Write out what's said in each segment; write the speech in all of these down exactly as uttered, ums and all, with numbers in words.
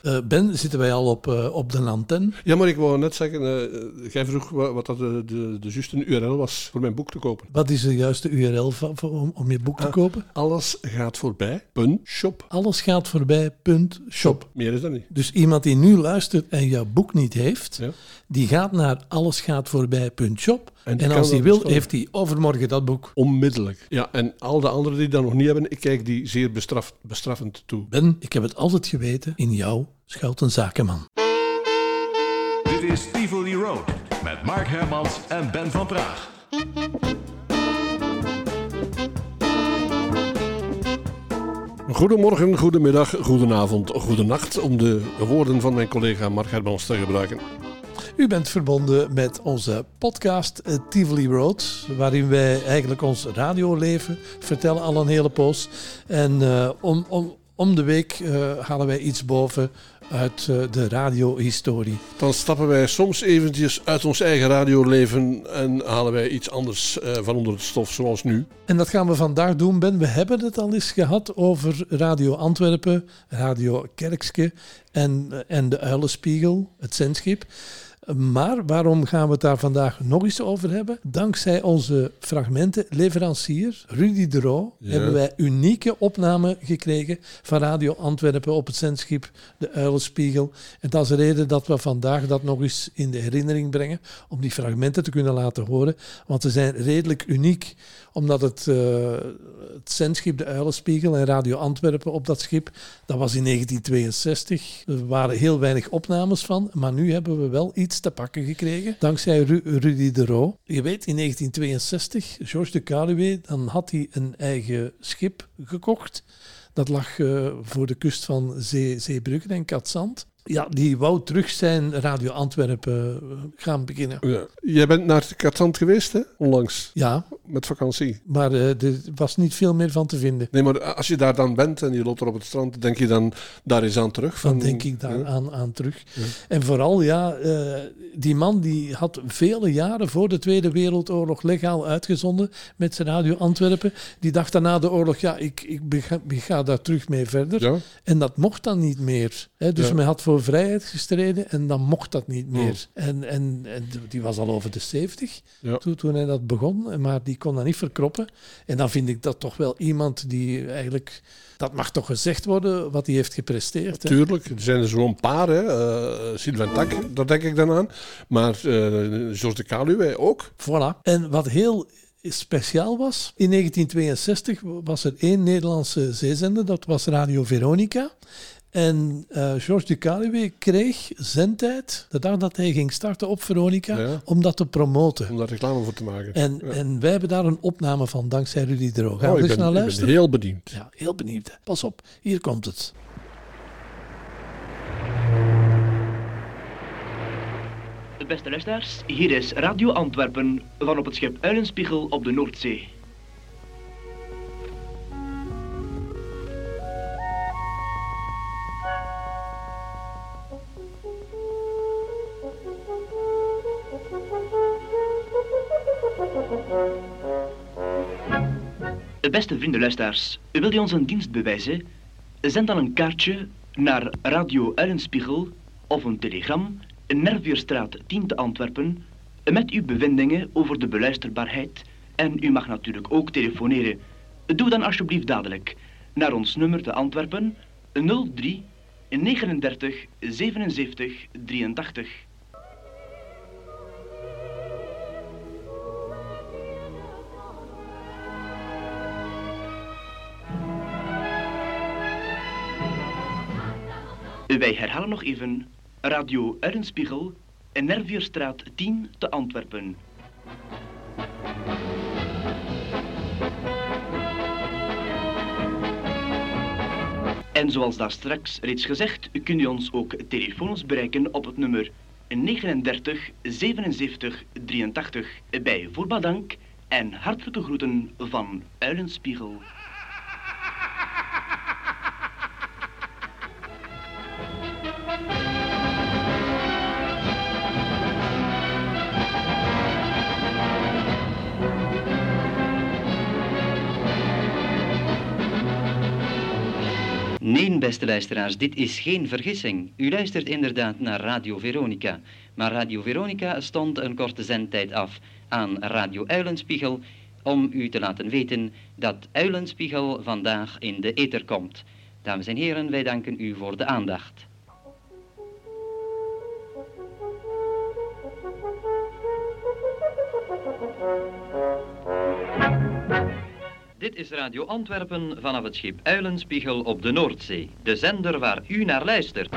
Uh, Ben, zitten wij al op, uh, op de antenne? Ja, maar ik wou net zeggen, uh, jij vroeg wat, wat dat de, de, de juiste U R L was voor mijn boek te kopen. Wat is de juiste U R L van, voor, om, om je boek te uh, kopen? Alles gaat voorbij, punt, shop. Alles gaat voorbij, punt, shop. shop. Meer is dat niet. Dus iemand die nu luistert en jouw boek niet heeft, ja. die gaat naar allesgaatvoorbij punt shop. En, en als hij wil, bestellen. Heeft hij overmorgen dat boek. Onmiddellijk. Ja, en al de anderen die dat nog niet hebben, ik kijk die zeer bestraf, bestraffend toe. Ben, ik heb het altijd geweten, in jou schuilt een zakenman. Dit is Tivoli Road met Mark Hermans en Ben van Praag. Goedemorgen, goedemiddag, goedenavond, goedenacht, om de woorden van mijn collega Mark Hermans te gebruiken. U bent verbonden met onze podcast uh, Tivoli Road, waarin wij eigenlijk ons radioleven vertellen al een hele poos. En uh, om, om, om de week uh, halen wij iets boven uit uh, de radiohistorie. Dan stappen wij soms eventjes uit ons eigen radioleven en halen wij iets anders uh, van onder het stof, zoals nu. En dat gaan we vandaag doen, Ben. We hebben het al eens gehad over Radio Antwerpen, Radio Kerkske en, uh, en de Uilenspiegel, het zendschip. Maar waarom gaan we het daar vandaag nog eens over hebben? Dankzij onze fragmentenleverancier Rudy de Roo ja. hebben wij unieke opnamen gekregen van Radio Antwerpen op het zendschip de Uilenspiegel. En dat is de reden dat we vandaag dat nog eens in de herinnering brengen, om die fragmenten te kunnen laten horen. Want ze zijn redelijk uniek, omdat het, uh, het zendschip de Uilenspiegel en Radio Antwerpen op dat schip, dat was in negentien tweeënzestig. Er waren heel weinig opnames van, maar nu hebben we wel iets te pakken gekregen, dankzij Ru- Rudy de Roo. Je weet, in negentien tweeënzestig, Georges de Caluwe, dan had hij een eigen schip gekocht. Dat lag uh, voor de kust van Zee, Zeebrugge en Katzand. Ja, die wou terug zijn Radio Antwerpen gaan beginnen. Ja. Jij bent naar Katzand geweest, hè? Onlangs. Ja. Met vakantie. Maar uh, er was niet veel meer van te vinden. Nee, maar als je daar dan bent en je loopt er op het strand, denk je dan daar eens aan terug? Van, dan denk ik daar ja. aan, aan terug. Ja. En vooral, ja, uh, die man die had vele jaren voor de Tweede Wereldoorlog legaal uitgezonden met zijn Radio Antwerpen. Die dacht dan na de oorlog, ja, ik, ik, bega, ik ga daar terug mee verder. Ja. En dat mocht dan niet meer. Hè? Dus ja. men had voor vrijheid gestreden en dan mocht dat niet meer. Oh. En, en, en die was al over de zeventig ja. toen, toen hij dat begon, maar die kon dat niet verkroppen. En dan vind ik dat toch wel iemand die eigenlijk... Dat mag toch gezegd worden wat hij heeft gepresteerd. Hè? Tuurlijk, er zijn er zo'n paar. Hè. Uh, Sylvain Tak, daar denk ik dan aan. Maar uh, Georges de Caluwe ook. Voilà. En wat heel speciaal was, in negentien tweeënzestig was er één Nederlandse zeezender, dat was Radio Veronica. En uh, Georges de Caluwe kreeg zendtijd de dag dat hij ging starten op Veronica, ja. om dat te promoten. Om daar reclame voor te maken. En, ja. en wij hebben daar een opname van, dankzij Rudy de Roo. Gaan we oh, eens naar luisteren? Ik ben heel benieuwd. Ja, heel benieuwd. Pas op, hier komt het. Beste luisteraars, hier is Radio Antwerpen van op het schip Uilenspiegel op de Noordzee. Beste vrienden luisteraars, wilt u ons een dienst bewijzen? Zend dan een kaartje naar Radio Uilenspiegel of een telegram, Nervierstraat tien te Antwerpen, met uw bevindingen over de beluisterbaarheid. En u mag natuurlijk ook telefoneren. Doe dan alsjeblieft dadelijk naar ons nummer te Antwerpen nul drie negenendertig zevenenzeventig drieëntachtig. Wij herhalen nog even Radio Uilenspiegel, Nervierstraat tien te Antwerpen. En zoals daar straks reeds gezegd, kunt u ons ook telefoons bereiken op het nummer negenendertig zevenenzeventig drieëntachtig. Bij voorbaat dank en hartelijke groeten van Uilenspiegel. Nee, Ben. beste luisteraars, dit is geen vergissing. U luistert inderdaad naar Radio Veronica. Maar Radio Veronica stond een korte zendtijd af aan Radio Uilenspiegel om u te laten weten dat Uilenspiegel vandaag in de ether komt. Dames en heren, wij danken u voor de aandacht. Dit is Radio Antwerpen vanaf het schip Uilenspiegel op de Noordzee. De zender waar u naar luistert.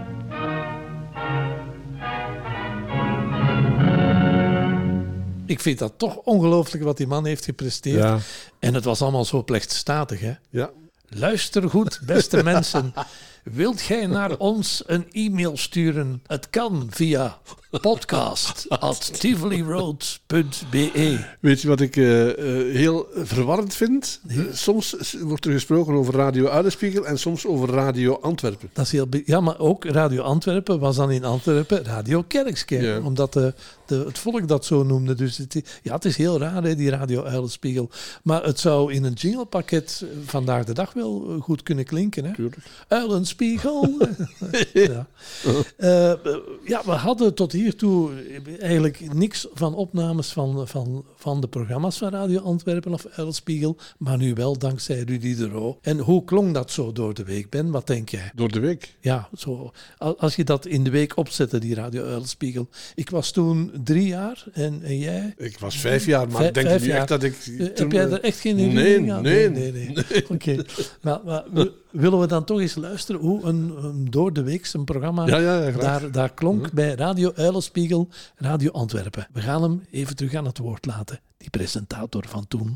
Ik vind dat toch ongelooflijk wat die man heeft gepresteerd. Ja. En het was allemaal zo plechtstatig, hè? Ja. Luister goed, beste mensen. Wilt gij naar ons een e-mail sturen? Het kan via podcast at tivoli road punt b e. Weet je wat ik uh, uh, heel verwarrend vind? Uh, soms wordt er gesproken over Radio Uilenspiegel en soms over Radio Antwerpen. Dat is heel be- ja, maar ook Radio Antwerpen was dan in Antwerpen Radio Kerkske. Ja. Omdat de, de, het volk dat zo noemde. Dus het, ja, het is heel raar, hè, die Radio Uilenspiegel. Maar het zou in een jinglepakket vandaag de dag wel goed kunnen klinken. Hè? Uilenspiegel. ja. Uh, ja, we hadden tot hiertoe eigenlijk niks van opnames van, van, van de programma's van Radio Antwerpen of Uilenspiegel. Maar nu wel, dankzij Rudy de Roo. En hoe klonk dat zo door de week, Ben? Wat denk jij? Door de week? Ja, zo. Als je dat in de week opzette, die Radio Uilenspiegel. Ik was toen drie jaar en, en jij? Ik was vijf jaar, maar Vijf, denk je vijf nu jaar. echt dat ik... Uh, toen, heb jij er echt geen nee, herinnering aan? nee, nee. nee, nee. nee. Oké. Okay. Maar, maar willen we dan toch eens luisteren hoe een, een door de week een programma Ja, ja, ja, graag. daar, daar klonk ja. bij Radio Uilenspiegel, Radio Antwerpen. We gaan hem even terug aan het woord laten, die presentator van toen.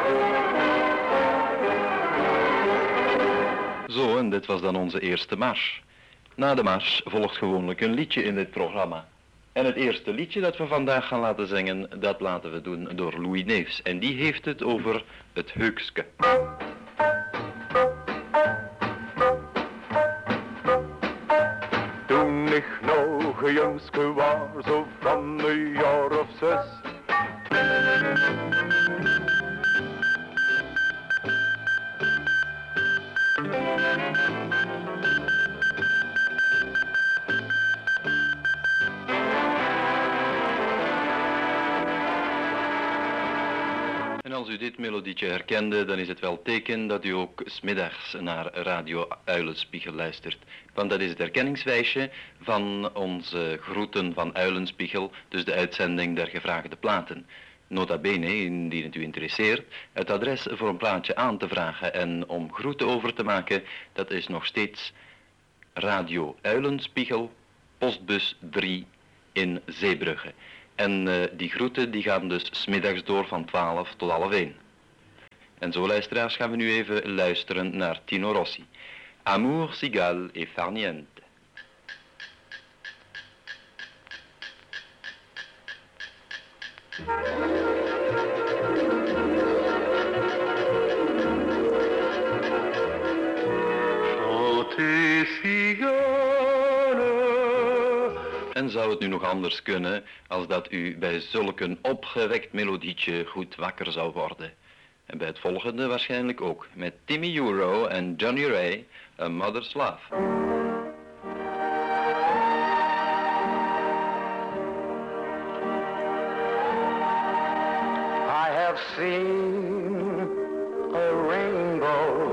Zo, en dit was dan onze eerste mars. Na de mars volgt gewoonlijk een liedje in dit programma. En het eerste liedje dat we vandaag gaan laten zingen, dat laten we doen door Louis Neefs. En die heeft het over het heukske. Toen ik nog een jongske was, zo van een jaar of zes. En als u dit melodietje herkende, dan is het wel teken dat u ook 's middags naar Radio Uilenspiegel luistert. Want dat is het herkenningswijsje van onze groeten van Uilenspiegel, dus de uitzending der gevraagde platen. Nota bene, indien het u interesseert, het adres voor een plaatje aan te vragen en om groeten over te maken, dat is nog steeds Radio Uilenspiegel, postbus drie in Zeebrugge. En uh, die groeten die gaan dus 's middags door van twaalf tot half één. En zo, luisteraars, gaan we nu even luisteren naar Tino Rossi. Amour, cigale et farniente. En zou het nu nog anders kunnen als dat u bij zulk een opgewekt melodietje goed wakker zou worden? En bij het volgende waarschijnlijk ook, met Timmy Euro en Johnny Ray, A Mother's Love. I have seen a rainbow.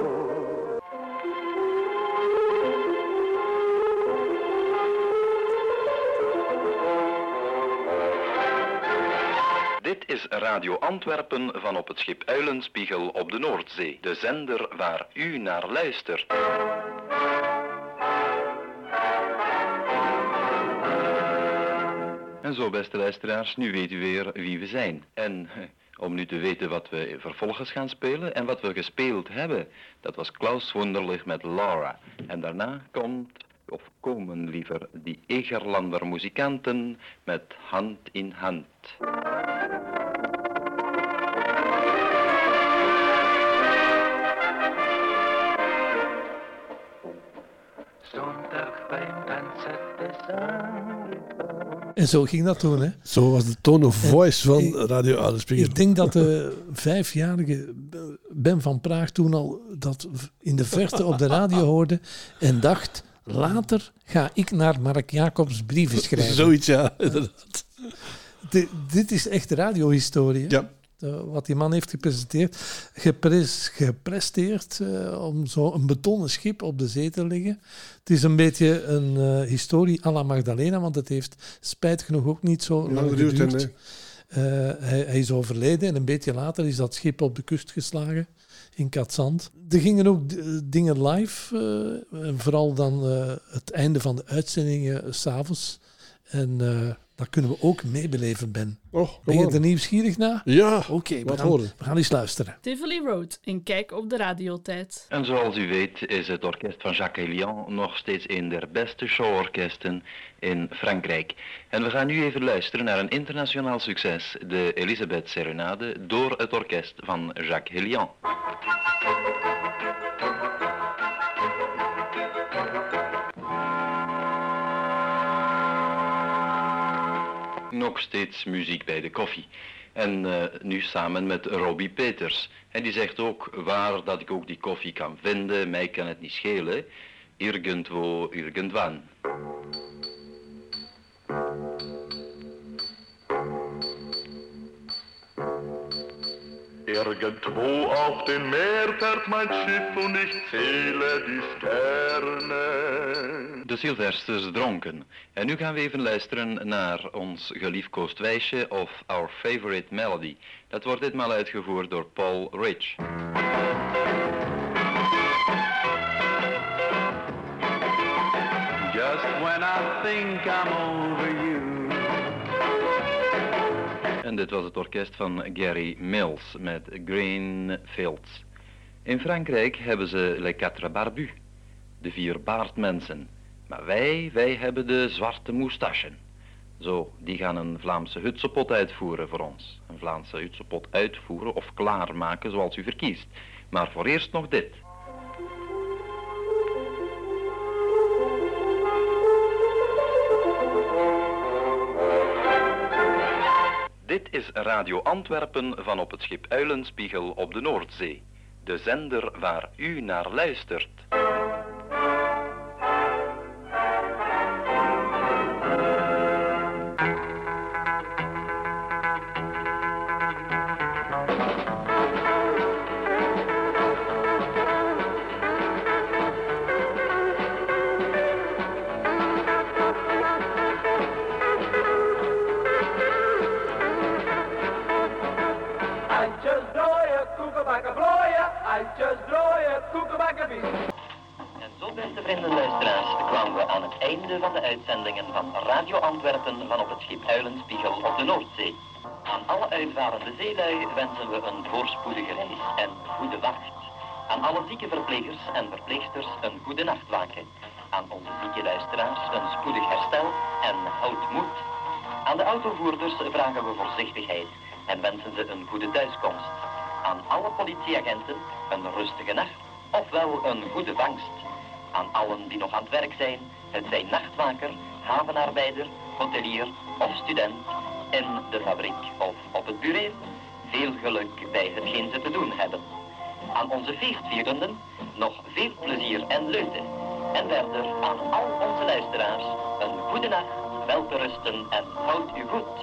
Dit is Radio Antwerpen van op het schip Uilenspiegel op de Noordzee. De zender waar u naar luistert. En zo, beste luisteraars, nu weet u weer wie we zijn. En om nu te weten wat we vervolgens gaan spelen en wat we gespeeld hebben, dat was Klaus Wunderlich met Laura. En daarna komt, of komen liever, die Egerlander muzikanten met Hand in Hand. Zondag beim dansen de zon. En zo ging dat toen, hè? Zo was de tone of voice van ik, Radio Uilenspiegel. Ik denk dat de vijfjarige Ben van Praag toen al dat in de verte op de radio hoorde en dacht, later ga ik naar Mark Jacobs brieven schrijven. Zoiets, ja, inderdaad. D- dit is echt radiohistorie. Ja. Uh, wat die man heeft gepresenteerd, gepres, gepresteerd uh, om zo een betonnen schip op de zee te leggen. Het is een beetje een uh, historie à la Magdalena, want het heeft spijtig genoeg ook niet zo lang geduurd. geduurd, Uh, hij, hij is overleden en een beetje later is dat schip op de kust geslagen in Katzand. Er gingen ook d- dingen live, uh, en vooral dan uh, het einde van de uitzendingen uh, 's avonds. En uh, dat kunnen we ook meebeleven, Ben. Oh, ben je er nieuwsgierig naar? Ja, Oké, okay, we, gaan, we gaan eens luisteren. Tivoli Road, een kijk op de radiotijd. En zoals u weet is het orkest van Jacques Héliand nog steeds een der beste showorkesten in Frankrijk. En we gaan nu even luisteren naar een internationaal succes, de Elisabeth Serenade, door het orkest van Jacques Héliand. Nog steeds muziek bij de koffie. En uh, nu samen met Robbie Peters. En die zegt ook, waar dat ik ook die koffie kan vinden, mij kan het niet schelen. Irgendwo, irgendwann. Irgendwo auf dem Meer fährt mein Schiff und ich zähle die Sterne. De Sylvesters dronken. En nu gaan we even luisteren naar ons geliefkoosd wijsje of Our Favorite Melody. Dat wordt ditmaal uitgevoerd door Paul Rich. Just when I think I'm over you. En dit was het orkest van Gary Mills met Green Fields. In Frankrijk hebben ze Les Quatre Barbus, de vier baardmensen. Maar wij, wij hebben de zwarte moustachen. Zo, die gaan een Vlaamse hutsepot uitvoeren voor ons. Een Vlaamse hutsepot uitvoeren of klaarmaken zoals u verkiest. Maar voor eerst nog dit. Dit is Radio Antwerpen van op het schip Uilenspiegel op de Noordzee. De zender waar u naar luistert. En zo, beste vrienden luisteraars, kwamen we aan het einde van de uitzendingen van Radio Antwerpen van op het schip Uilenspiegel op de Noordzee. Aan alle uitvarende zeelui wensen we een voorspoedige reis en goede wacht. Aan alle zieke verplegers en verpleegsters een goede nachtwaken. Aan onze zieke luisteraars een spoedig herstel en houd moed. Aan de autovoerders vragen we voorzichtigheid en wensen ze een goede thuiskomst. Aan alle politieagenten een rustige nacht, ofwel een goede vangst. Aan allen die nog aan het werk zijn, het zij nachtwaker, havenarbeider, hotelier of student, in de fabriek of op het bureau, veel geluk bij hetgeen ze te doen hebben. Aan onze feestvierenden nog veel plezier en leute. En verder aan al onze luisteraars een goede nacht, wel te rusten en houd u goed.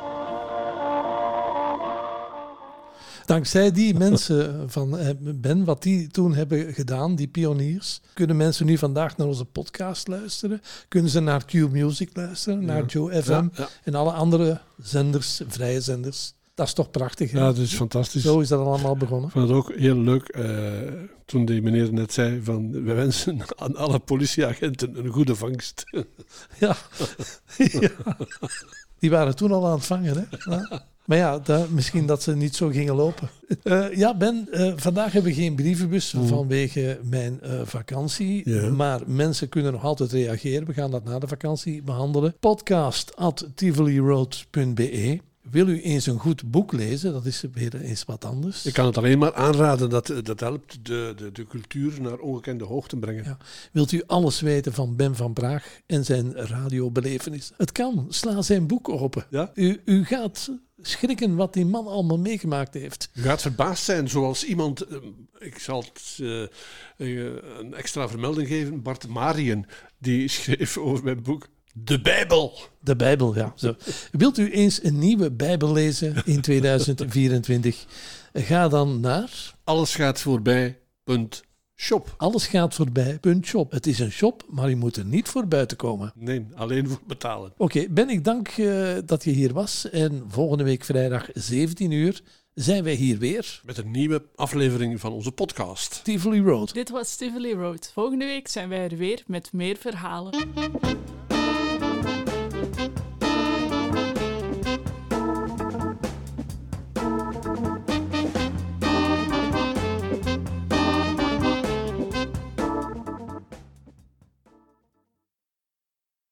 Dankzij die mensen van Ben, wat die toen hebben gedaan, die pioniers, kunnen mensen nu vandaag naar onze podcast luisteren. Kunnen ze naar Q-Music luisteren, ja. naar Joe F M ja, ja. en alle andere zenders, vrije zenders. Dat is toch prachtig, hè? Ja, dat is fantastisch. Zo is dat allemaal begonnen. Ik vond het ook heel leuk uh, toen die meneer net zei van we wensen aan alle politieagenten een goede vangst. Ja. ja. Die waren toen al aan het vangen, hè? Ja. Maar ja, dat, misschien dat ze niet zo gingen lopen. Uh, ja, Ben, uh, vandaag hebben we geen brievenbus mm. vanwege mijn uh, vakantie. Ja. Maar mensen kunnen nog altijd reageren. We gaan dat na de vakantie behandelen. podcast at tivoliroad punt be. Wil u eens een goed boek lezen? Dat is weer eens wat anders. Ik kan het alleen maar aanraden. Dat, dat helpt de, de, de cultuur naar ongekende hoogte brengen. Ja. Wilt u alles weten van Ben van Praag en zijn radiobelevenissen? Het kan. Sla zijn boek open. Ja? U, u gaat schrikken wat die man allemaal meegemaakt heeft. U gaat verbaasd zijn, zoals iemand, ik zal het, uh, uh, een extra vermelding geven, Bart Marien, die schreef over mijn boek De Bijbel. De Bijbel, ja. Zo. Wilt u eens een nieuwe Bijbel lezen in tweeduizend vierentwintig? Ga dan naar... Alles gaat voorbij. Shop. Alles gaat voorbij. Shop. Het is een shop, maar je moet er niet voor buiten komen. Nee, alleen voor betalen. Oké, okay, Ben, ik dank uh, dat je hier was. En volgende week vrijdag zeventien uur zijn wij hier weer. Met een nieuwe aflevering van onze podcast. Tivoli Road. Dit was Tivoli Road. Volgende week zijn wij er weer met meer verhalen.